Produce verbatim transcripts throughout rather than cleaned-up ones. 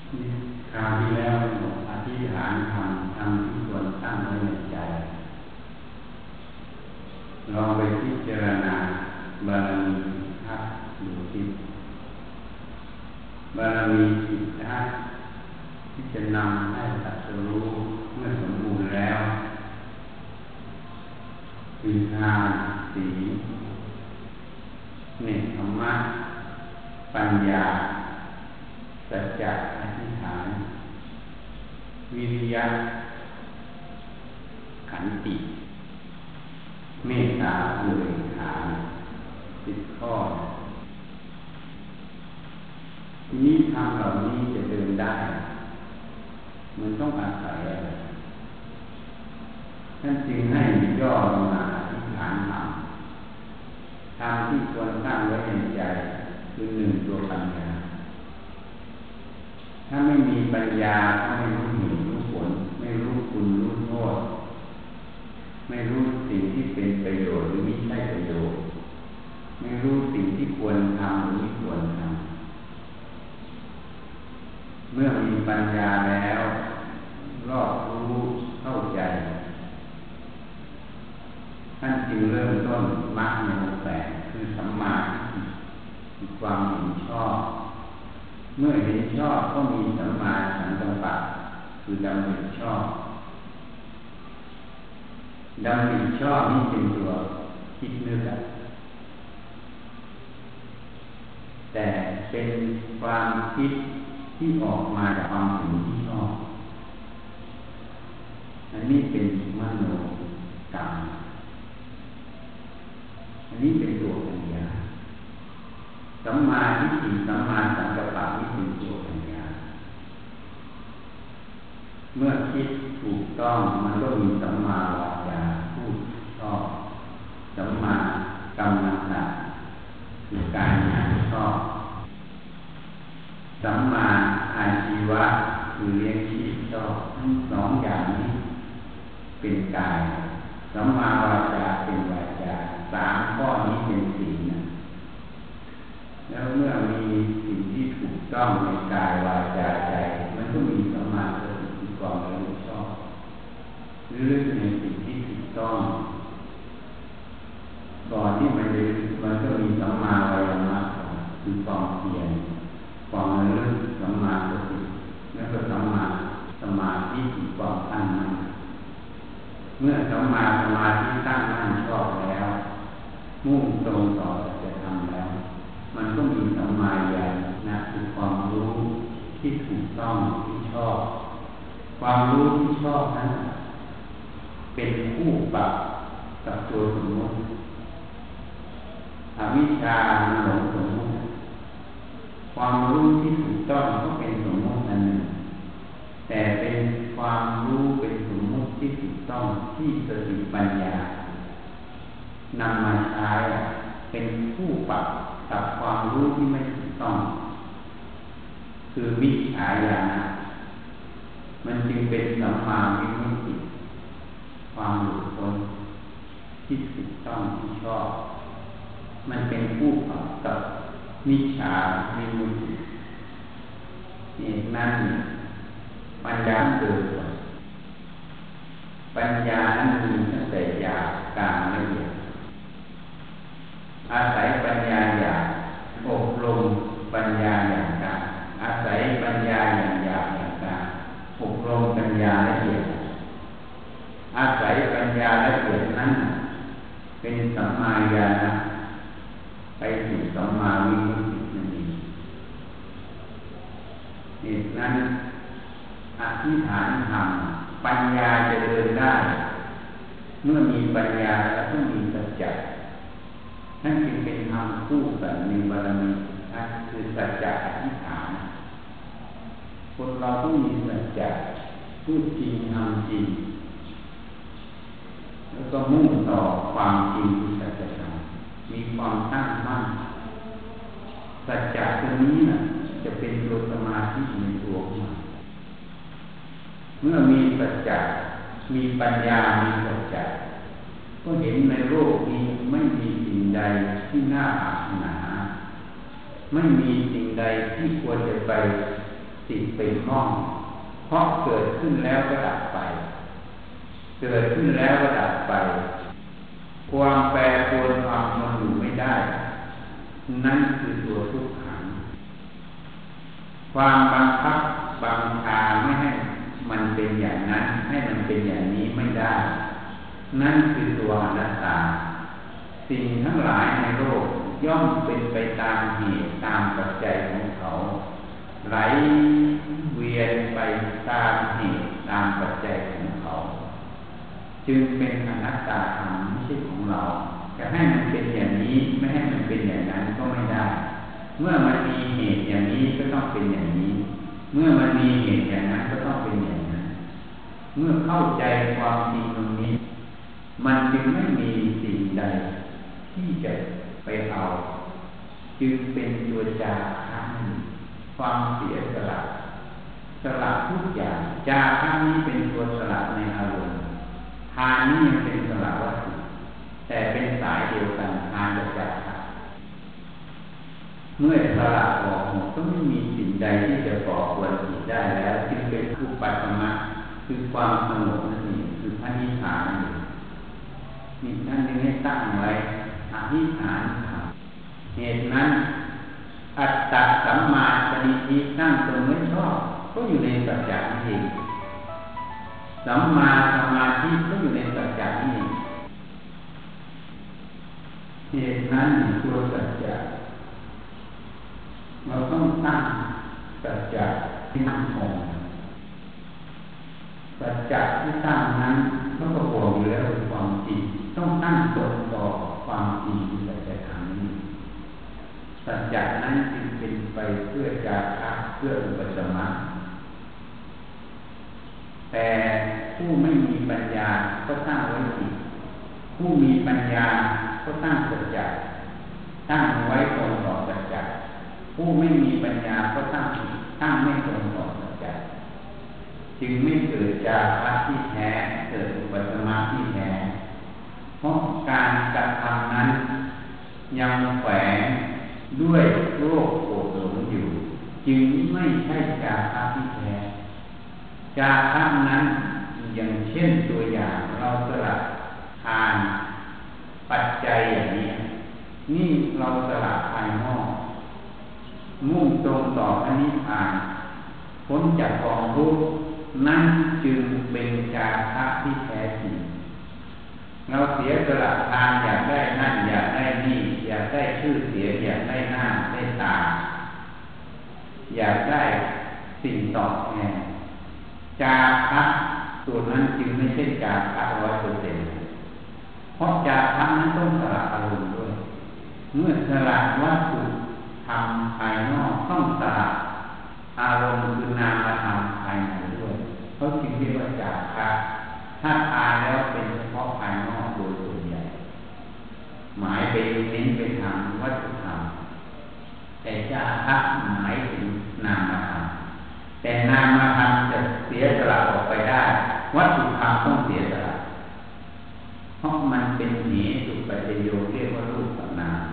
คราวที่แล้วอธิษฐานทำทำที่ควรตั้งไว้ในใจลองไปพิจารณาบารมีทัศน์ดูที่บารมีสิบทัศน์ที่จะนำให้ตรัสรู้เมื่อสมบูรณ์แล้วคือทานศีลเนกขมะปัญญาสัจจะอธิษฐานวิริยะขันติเมตตาอุเบกขาสิบข้อทีนี้ทำเหล่านี้จะเดินได้มันต้องอาศัยอะไรท่านจึงให้ย่อลงมาอธิษฐานทำทำที่ควรตั้งไว้ในใจคือหนึ่งตัวปัญญาถ้าไม่มีปัญญาถ้าไม่รู้เหตุรู้ผลไม่รู้คุณรู้โทษไม่รู้สิ่งที่เป็นประโยชน์หรือไม่ใช่ประโยชน์ไม่รู้สิ่งที่ควรทำหรือไม่ควรทำเมื่อมีปัญญาแล้วรอบรู้เข้าใจท่านจึงเริ่มต้นมรรคในองค์แปดคือสัมมาทิฏฐิคือความเห็นชอบเมื่อเห็นชอบก็มีสัมมาสังกัปปะคือดำริชอบดำริชอบนี่เป็นตัวคิดนึกแต่เป็นความคิดที่ออกมาจากความเห็นที่ชอบอันนี้เป็นมโนกรรมอันนี้เป็นตัวปัญญาสัมมาทิฏฐิสัมมาสังกัปปะนี่เป็นตัวปัญญาเมื่อคิดถูกต้องมันก็มีสัมมาวาจาพูดชอบสัมมากัมมันตะคือการงานชอบสัมมาอาชีวะคือเลี้ยงชีพชอบทั้งสองอย่างนี้เป็นกายสัมมาวาจาเป็นวาจาสามข้อนี้เป็นศีลแล้วเมื่อมีสิ่งที่ถูกต้องในกายวาจาใจมันก็มีสัมมาสติคือความรู้ชอบหรือในสิ่งที่ถูกต้องก่อนที่มันจะมันก็มีสัมมาวายามะคือความเพียรความระลึกสัมมาสติแล้วก็สัมมาสมาธิคือความตั้งมั่นเมื่อสัมมาสมาธิตั้งมั่นชอบแล้วมุ่งตรงต่อจะทำแล้วมันก็มีสัมมาญาณคือความรู้ที่ถูกต้องที่ชอบความรู้ที่ชอบนั้นเป็นคู่ปรับกับตัวสมมติอวิชชาหลงสมมติความรู้ที่ถูกต้องก็เป็นสมมตินั้นหนึ่งแต่เป็นความรู้เป็นสมมติที่ถูกต้องที่สติปัญญานำมาใช้เป็นคู่ปรับกับความรู้ที่ไม่ถูกต้องคือมิจฉาญาณมันจึงเป็นสัมมาวิมุตติความหลุดพ้นที่ถูกต้องที่ชอบมันเป็นคู่ปรับกับมิจฉาวิมุตตินี่นั่นปัญญาเกิดปัญญานั้นมีตั้งแต่หยาบกลางละเอียดอาศัยปัญญาหยาบอบรมปัญญาอย่างกลางอาศัยปัญญาอย่างหยาบอย่างกลางอบรมปัญญาละเอียดอาศัยปัญญาละเอียดนั้นเป็นสัมมาญาณไปสู่สัมมาวิมุตตินั่นเองเหตุนั้นอธิษฐานธรรมปัญญาจะเดินได้เมื่อมีปัญญาแล้วต้องมีสัจจะนั่นจึงเป็นธรรมคู่กันในบารมีนั่นคือสัจจะอธิษฐานคนเราต้องมีสัจจะพูดจริงทำจริงแล้วก็มุ่งต่อความจริงคือสัจธรรมมีความตั้งมั่นสัจจะตรงนี้น่ะจะเป็นตัวสมาธิในตัวของมันเมื่อมีสัจจะมีปัญญามีสัจจะก็เห็นในโลกนี้ไม่มีสิ่งใดที่น่าปรารถนาไม่มีสิ่งใดที่ควรจะไปติดเป็นห้องเพราะเกิดขึ้นแล้วก็ดับไปเกิดขึ้นแล้วก็ดับไปความแปรปรวนความทนอยู่ไม่ได้นั่นคือตัวทุกขังความบังคับบังคับไม่ให้มันเป็นอย่างนั้นให้มันเป็นอย่างนี้ไม่ได้นั่นคือตัวอนัตตาสิ่งทั้งหลายในโลกย่อมเป็นไปตามเหตุตามปัจจัยของเขาไหลเวียนไปตามเหตุตามปัจจัยของเขาจึงเป็นอนัตตาธรรมไม่ใช่ของเราจะให้มันเป็นอย่างนี้ไม่ให้มันเป็นอย่างนั้นก็ไม่ได้เมื่อมันมีเหตุอย่างนี้ก็ต้องเป็นอย่างนี้เมื่อมันมีเหตุอย่างนั้นก็ต้องเป็นอย่างนั้นเมื่อเข้าใจความจริงตรงนี้มันจึงไม่มีสิ่งใดที่จะไปเอาจึงเป็นตัวจาคะความเสียสละสละทุกอย่างจาคะนี้เป็นตัวสละในอารมณ์ทานนี้ยังเป็นสละวัตถุแต่เป็นสายเดียวกันทานกับจาคะเมื่อสละออกหมดก็ไม่มีสิ่งใดที่จะก่อควรจิตได้แล้วจึงเป็นอุปัฏฐมะคือความสงบนั่นเองคือพระนิพพานนี่นั่นจึงให้ตั้งไว้อธิษฐานเหตุนั้นอัตตสัมมาสนิธิตั้งตรงไม่ชอบก็อยู่ในสัจจะนี่เองสัมมาสมาธิก็อยู่ในสัจจะนี่เองเหตุนั้นตัวสัจจะเราต้องตั้งสัจจะที่มั่นคงสัจจะที่ตั้งนั้นก็ประกอบอยู่แล้วเป็นความจริงต้องตั้งตรงต่อความจริงที่สัจธรรมนี้สัจจะนั้นจึงเป็นไปเพื่อจาคะเพื่ออุปสมะแต่ผู้ไม่มีปัญญาก็ตั้งไว้ผิดผู้มีปัญญาก็ตั้งสัจจะตั้งไว้ตรงต่อสัจจะผู้ไม่มีปัญญาก็ตั้งผิดตั้งไม่ตรงต่อสัจจะจึงไม่เกิดจาคะที่แท้เกิดอุปสมะที่แท้เพราะการกระทำนั้นยังแฝงด้วยโรคโกรธหลงอยู่จึงไม่ใช่จาคะที่แท้จาคะนั้นอย่างเช่นตัวอย่างเราสละทานปัจจัยอย่างนี้นี่เราสละภายนอกมุ่งตรงต่อพระนิพพานพ้นจากกองทุกข์นั่นจึงเป็นจาคะที่แท้จริงเราเสียสละทานอยากได้นั่นอยากได้นี่อยากได้ชื่อเสียงอยากได้หน้าได้ตาอยากได้สิ่งตอบแทนจาคะตัวนั้นจึงไม่ใช่จาคะร้อยเปอร์เซ็นต์เพราะจาคะนั้นต้องสละอารมณ์ด้วยเมื่อสละวัตถุทำภายนอกต้องสละอารมณ์คือนามธรรมภายในด้วยเขาจึงเรียกว่าจาคะถ้าทานแล้วเป็นเฉพาะภายนอกโดยส่วนใหญ่หมายไปเน้นไปทางวัตถุธรรมแต่จาคะหมายถึงนามธรรมแต่นามธรรมจะเสียสละออกไปได้วัตถุธรรมต้องเสียสละเพราะมันเป็นเหตุปัจจโยเรียกว่ารูปกับนาม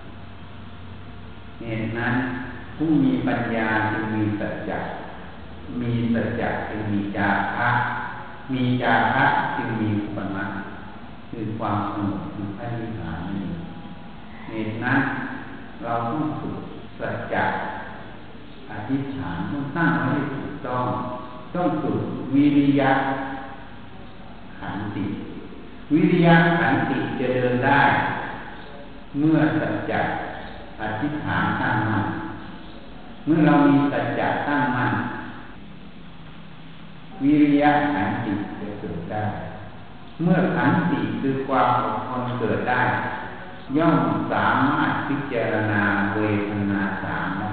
เหตุนั้นผู้มีปัญญาจึงมีสัจจะมีสัจจะจึงมีจาคะมีจาคะจึงมีอุปมาคือความสงบคือพระนิพพานนี้เหตุนั้นเราต้องฝึกสัจจะอธิษฐานต้องตั้งไว้ให้ถูกต้องต้องฝึกวิริยะขันติวิริยะขันติจะเดินได้เมื่อสัจจะอธิษฐานตั้งมั่นเมื่อเรามีสัจจะตั้งมั่นวิริยะขันติจะเกิดได้เมื่อขันติคือความอดทนเกิดได้ย่อมสามารถพิจารณาเวทนาสามได้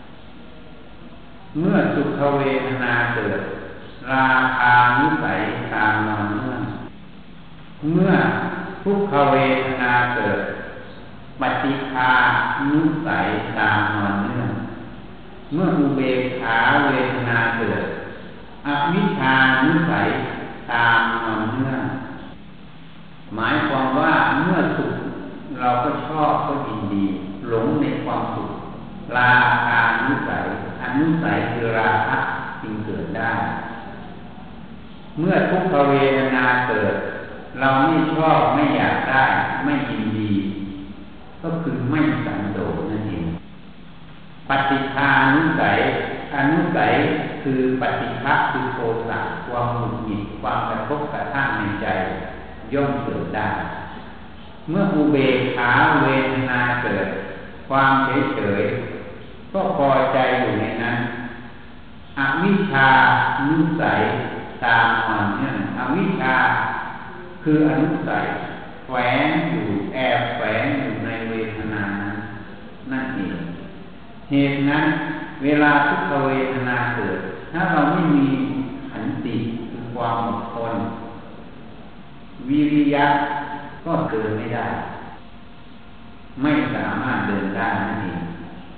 เมื่อสุขเวทนาเกิดราคานิสัยตามนอนเนื่องเมื่อทุกขเวทนาเกิดปฏิฆานุสัยตามนอนเนื่องเมื่ออุเบกขาเวทนาเกิดอวิชชานุสัยตามนอนเนื่องหมายความว่าเมื่อสุขเราก็ชอบก็ยินดีหลงในความสุขราคานุสัยอันนุสัยคือราคะจึงเกิดได้เมื่อทุกขเวทนาเกิดเราไม่ชอบไม่อยากได้ไม่ยินดีก็คือไม่สันโดษนั่นเองปฏิฆานุสัยอนุสัยคือปฏิฆะคือโทสะความหงุดหงิดความกระทบกระทั่งในใจย่อมเกิดได้เมื่ออุเบกขาเวทนาเกิดความเฉยเฉยก็พอใจอยู่ในนั้นอวิชชานุสัยตามมาเนี่ยอวิชชาคืออนุสัยแฝงอยู่แอบแฝงอยู่ในเวทนานั้นนั่นเองเหตุนั้นเวลาทุกขเวทนาเกิดถ้าเราไม่มีขันติคือความอดทนวิริยะก็เดินไม่ได้ไม่สามารถเดินได้นั่นเอง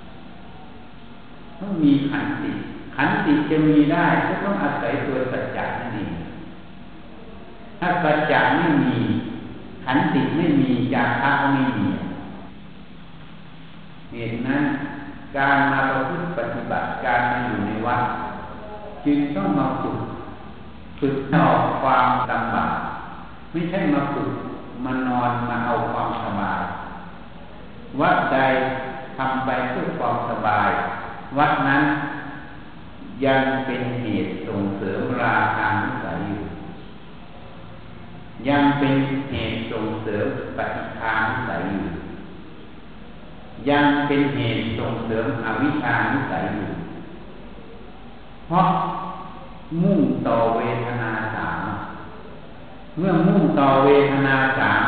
ต้องมีขันติขันติจะมีได้ก็ต้องอาศัยตัวสัจจะนั่นเองถ้าสัจจะไม่มีขันติไม่มีจาคะก็ไม่มีเหตุนั้นการมาประพฤติปฏิบัติการมาอยู่ในวัดจึงต้องมาฝึกฝึกออกความลำบากไม่ใช่มาฝึกมานอนมาเอาความสบายวัดใดทำไปเพื่อความสบายวัดนั้นยังเป็นเหตุส่งเสริมราคะนุสัยอยู่ยังเป็นเหตุส่งเสริมปฏิฆานุสัยอยู่ยังเป็นเหตุส่งเสริมอวิชชานุสัยอยู่เพราะมุ่งต่อเวทนาสามเมื่อมุ่งต่อเวทนาสาม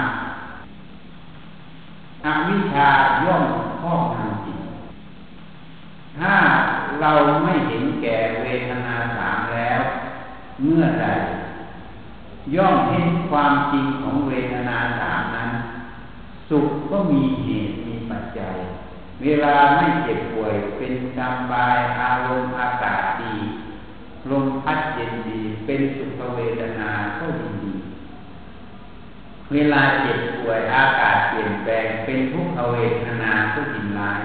อวิชชาย่อมครอบงำจิตถ้าเราไม่เห็นแก่เวทนาสามแล้วเมื่อใดย่อมเห็นความจริงของเวทนาสามนั้นสุขก็มีเหตุมีปัจจัยเวลาไม่เจ็บป่วยเป็นสบายอารมณ์อากาศดีลมพัดเย็นดีเป็นสุขเวทนาก็ยินดีเวลาเจ็บป่วยอากาศเปลี่ยนแปลงเป็นทุกขเวทนาก็ยินร้าย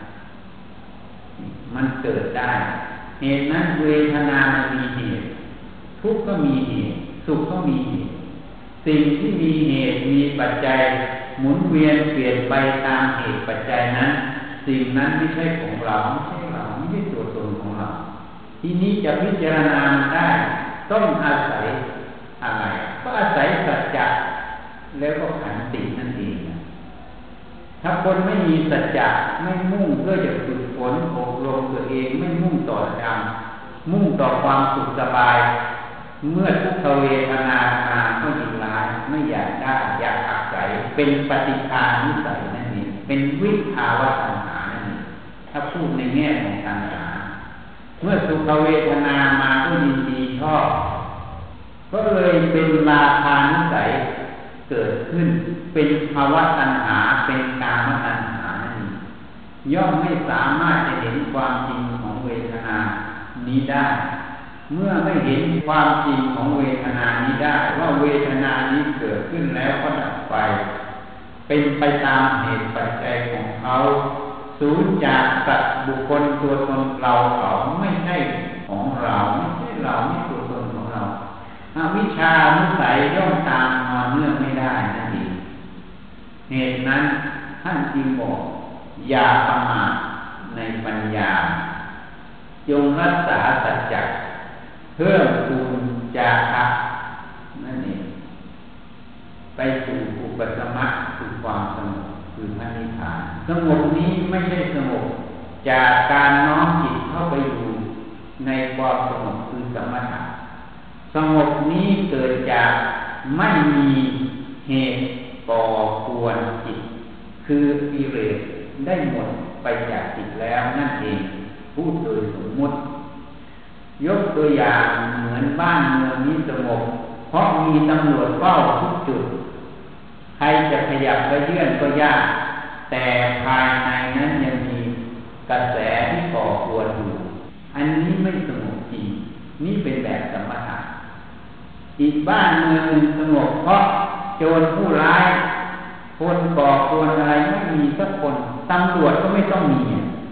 มันเกิดได้เหตุนั้นเวทนามันมีเหตุทุกข์ก็มีเหตุสุขก็มีเหตุสิ่งที่มีเหตุมีปัจจัยหมุนเวียนเปลี่ยนไปตามเหตุปัจจัยนั้นสิ่งนั้นไม่ใช่ของเราไม่ใช่เราไม่ใช่ตัวตนของเราทีนี้จะพิจารณาได้ต้องอาศัยอะไรก็อาศัยสัจจะแล้วก็ขันตินั่นเองถ้าคนไม่มีสัจจะไม่มุ่งเพื่อจะฝึกฝนอบรมตัวเองไม่มุ่งต่อธรรมมุ่งต่อความสุขสบายเมื่อทุกขเวทนามาก็ยินร้ายไม่อยากได้อยากอาศัยเป็นปฏิฆานุสัยนั่นเองเป็นวิภาวะตัณหานั่นเองถ้าพูดในแง่ของตัณหาเมื่อสุขเวทนามาก็ยินดีชอบก็เลยเป็นราคะนุสัยเกิดขึ้นเป็นภาวะตัณหาเป็นกามตัณหานั่นเองย่อมไม่สามารถจะเห็นความจริงของเวทนานี้ได้เมื่อไม่เห็นความจริงของเวทนานี้ได้ว่าเวทนานี้เกิดขึ้นแล้วก็ดับไปเป็นไปตามเหตุปัจจัยของเขาสูญจากสัตว์บุคคลตัวตนเราเขาไม่ใช่ของเราไม่ใช่เราไม่ตัวตนของเราอวิชชานุสัยย่อมตามมาเนื่องไม่ได้นั่นเองเหตุนั้นท่านจึงบอกอย่าประมาทในปัญญาจงรักษาสัจจะเพิ่มพูนจาคะนั่นเองไปสู่อุปสมะคือความสงบคือพระนิพพานสงบนี้ไม่ใช่สงบจากการน้อมจิตเข้าไปอยู่ในความสงบคือสมถะสงบนี้เกิดจากไม่มีเหตุก่อกวนจิตคือกิเลสได้หมดไปจากจิตแล้วนั่นเองพูดโดยสมมุติยกตัวอย่างเหมือนบ้านเมืองนี้สงบเพราะมีตำรวจเฝ้าทุกจุดใครจะขยับไปเยื่อนก็ยากแต่ภายในนั้นยังมีกระแสที่ก่อกวนอยู่อันนี้ไม่สงบจริงนี่เป็นแบบสมถะอีกบ้านเมืองนึงสงบเพราะโจรผู้ร้ายคนก่อกวนอะไรไม่มีสักคนตำรวจก็ไม่ต้องมี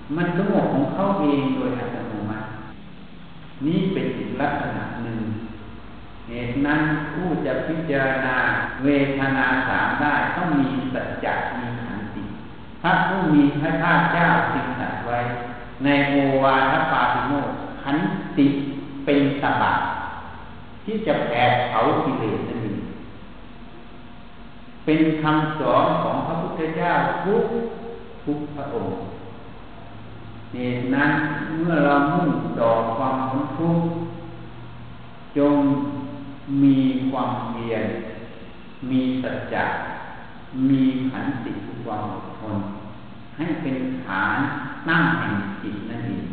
มันสงบของเขาเองโดยอัตโนมัตินี่เป็นอีกลักษณะหนึ่งเหตุนั้นผู้จะพิจารณาเวทนาสามได้ต้องมีสัจจะมีขันติพระผู้มีพระภาคเจ้าจึงตรัสไว้ในโอวาทปาติโมกข์ขันติเป็นตบะที่จะแผดเผากิเลสนั่นเองเป็นคำสอนของพระพุทธเจ้าทุกทุกพระองค์เหตุนั้นเมื่อเรามุ่งต่อความพ้นทุกข์จงมีความเพียรมีสัจจะมีขันติความอดทนให้เป็นฐานตั้งแห่งจิตนั่นเอง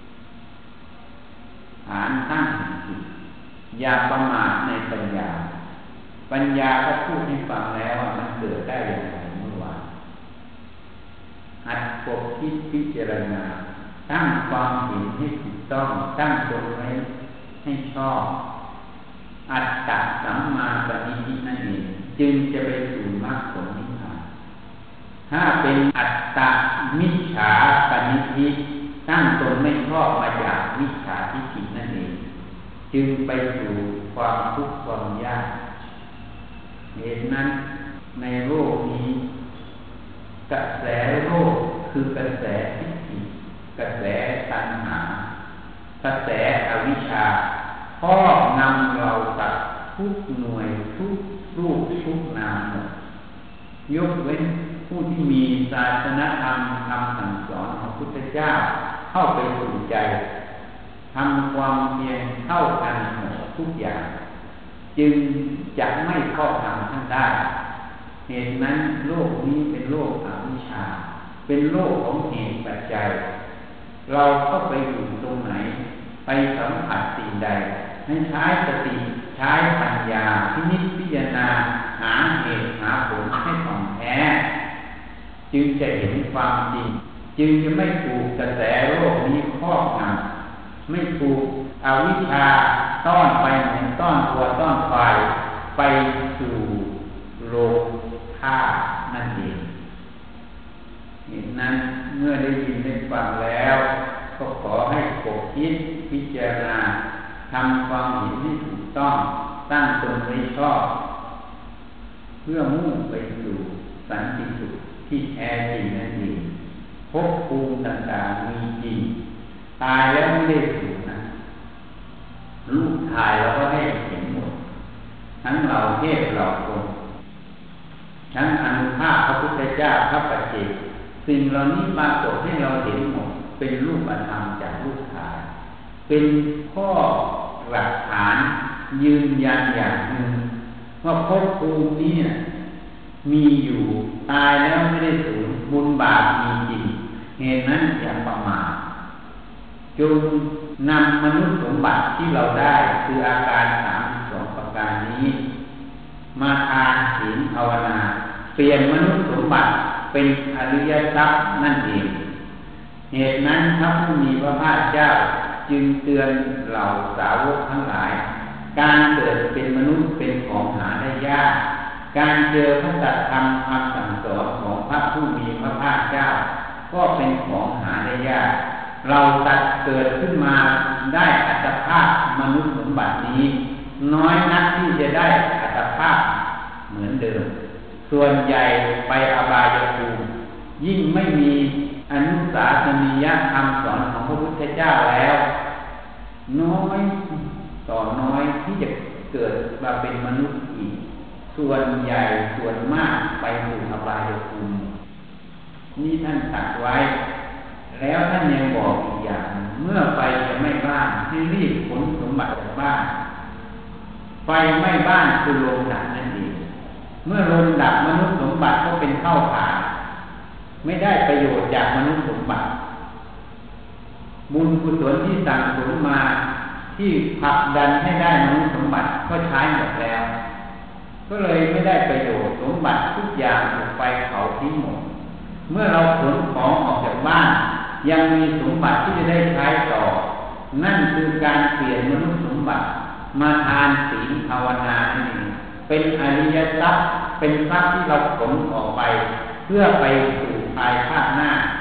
ฐานตั้งแห่งจิตอย่าประมาทในปัญญาปัญญาก็พูดให้ฟังแล้วว่ามันเกิดได้อย่างไรเมื่อวานหัดกบคิดพิจารณาตั้งความเห็นให้ถูกต้องตั้งตนไว้ให้ชอบอัตตะสัมมาปณิธินั่นเองจึงจะไปสู่มรรคผลนิพพานถ้าเป็นอัตตะมิจฉาปณิธิตั้งตนไม่ชอบมาจากมิจฉาทิฏฐินั่นเองจึงไปสู่ความทุกข์ความยากเหตุนั้นในโลกนี้กระแสโลกคือกระแสทิฏฐิกระแสตัณหากระแสอวิชชาครอบนำเราตัดทุกหน่วยทุกรูปทุกนามหมดยกเว้นผู้ที่มีศาสนธรรมคำสั่งสอนของพระพุทธเจ้าเข้าไปสู่ใจทำความเพียรเท่ากันหมดทุกอย่างจึงจะไม่เข้าทำท่านได้เหตุนั้นโลกนี้เป็นโลกอวิชชาเป็นโลกของเหตุปัจจัยเราเข้าไปอยู่ตรงไหนไปสัมผัสสิ่งใดให้ใช้สติใช้ปัญญาพินิจพิจารณาหาเหตุหาผลให้ถ่องแท้จึงจะเห็นความจริงจึงจะไม่ถูกกระแสโลกนี้ครอบงำไม่ถูกอวิชชาต้อนไปเหมือนต้อนวัวต้อนควายไปสู่โลกฆ่านั่นเองเหตุนั้นเมื่อได้ยินได้ฟังแล้วก็ขอให้กบคิดพิจารณาทำความเห็นที่ถูกต้องตั้งตนไว้ชอบเพื่อมุ่งไปสู่สันติสุขที่แท้จริงนั่นเองภพภูมิต่างๆมีจริงตายแล้วไม่ได้สูญนะรูปถ่ายเราก็ให้เห็นหมดทั้งเราเทพเราคนทั้งอนุภาพพระพุทธเจ้าพระปัจเจกสิ่งเหล่านี้ปรากฏให้เราเห็นหมดเป็นรูปธรรมจากรูปถ่ายเป็นข้อหลักฐานยืนยันอย่างหนึ่งว่าภพภูมินี้มีอยู่ตายแล้วไม่ได้สูญบุญบาปมีจริงเหตุนั้นอย่าประมาทจงนำมนุษย์สมบัติที่เราได้คืออาการสามสิบสองประการนี้มาทานศีลภาวนาเปลี่ยนมนุษย์สมบัติเป็นอริยทรัพย์นั่นเองเหตุนั้นพระผู้มีพระภาคเจ้าจึงเตือนเหล่าสาวกทั้งหลายการเกิดเป็นมนุษย์เป็นของหาได้ยากการเจอพระสัจธรรมคำสั่งสอนของพระผู้มีพระภาคเจ้าก็เป็นของหาได้ยากเราตัดเกิดขึ้นมาได้อัตภาพมนุษย์สมบัตินี้น้อยนักที่จะได้อัตภาพเหมือนเดิมส่วนใหญ่ไปอบายภูมิยิ่งไม่มีอนุสาสนียคำสอนของพระพุทธเจ้าแล้วน้อยต่อน้อยที่จะเกิดมาเป็นมนุษย์อีกส่วนใหญ่ส่วนมากไปสู่อบายภูมินี่ท่านตรัสไว้แล้วท่านยังบอกอีกอย่างเมื่อไฟจะไหม้บ้านให้รีบขนสมบัติจากบ้านไฟไหม้บ้านคือโลงดับนั่นเองเมื่อโลงดับมนุษย์สมบัติก็เป็นเข้าผ่าไม่ได้ประโยชน์จากมนุษย์สมบัติบุญกุศลที่สั่งสมมาที่ผลักดันให้ได้มนุษย์สมบัติก็ใช้หมดแล้วก็เลยไม่ได้ประโยชน์สมบัติทุกอย่างถูกไฟเผาทิ้งหมดเมื่อเราขนของออกจากบ้านยังมีสมบัติที่จะได้ใช้ต่อนั่นคือการเปลี่ยนมนุษย์สมบัติมาทานศีลภาวนานั่นเองเป็นอริยทรัพย์เป็นทรัพย์ที่เราขนออกไปเพื่อไปสู่ภายภาคหน้า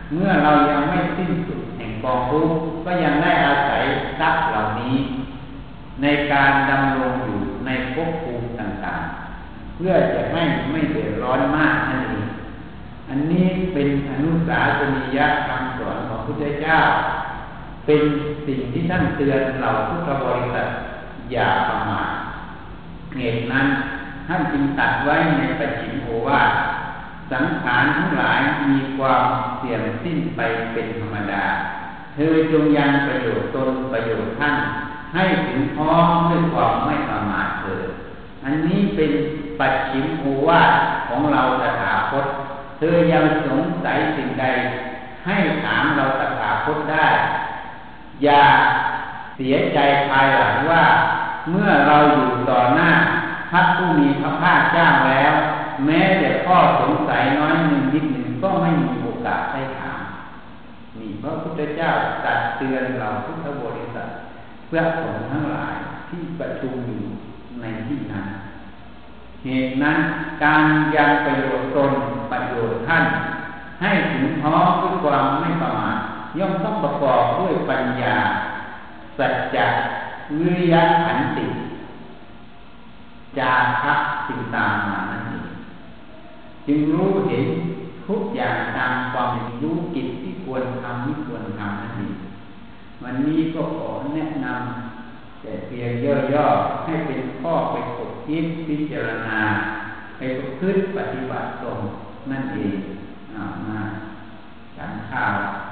เมื่อเรายังไม่สิ้นสุดแห่งกองทุกข์ก็ยังได้อาศัยทรัพย์เหล่านี้ในการดำรงอยู่ในภพภูมิต่างๆเพื่อจะให้ไม่เดือดร้อนมากนั่นเองอันนี้เป็นอนุสาสนียคำสอนของพระพุทธเจ้าเป็นสิ่งที่ท่านเตือนเราพุทธบริษัทอย่าประมาทเหตุนั้นท่านจึงตรัสไว้ในปัจฉิมโอวาทสังขารทั้งหลายมีความเสื่อมสิ้นไปเป็นธรรมดาเธอจงยังประโยชน์ตนประโยชน์ท่านให้ถึงพร้อมด้วยความไม่ประมาทเถิดอันนี้เป็นปัจฉิมโอวาทของเราตถาคตเธอยังสงสัยสิ่งใดให้ถามเราตถาคตได้อย่าเสียใจภายหลังว่าเมื่อเราอยู่ต่อหน้าพระผู้มีพระภาคเจ้าแล้วแม้แต่ข้อสงสัยน้อยหนึ่งนิดหนึ่งก็ไม่มีโอกาสได้ถามนี่พระพุทธเจ้าตรัสเตือนเราพุทธบริษัทเพื่อสงฆ์ทั้งหลายที่ประชุมอยู่ในที่นั้นเหตุนั้นการยังประโยชน์ตนประโยชน์ท่านให้ถึงพร้อมด้วยความไม่ประมาทย่อมต้องประกอบด้วยปัญญาสัจจะวิริยะขันติจาคะจึงตามมานั่นเองจึงรู้เห็นทุกอย่างตามความเป็นรู้กิจที่ควรทำไม่ควรทำนั่นเองวันนี้ก็ขอแนะนำแต่เพียงย่อๆให้เป็นข้อไปคบคิดพิจารณาไปประพฤติปฏิบัติตรงนั่นเองเอามาฉันข้าว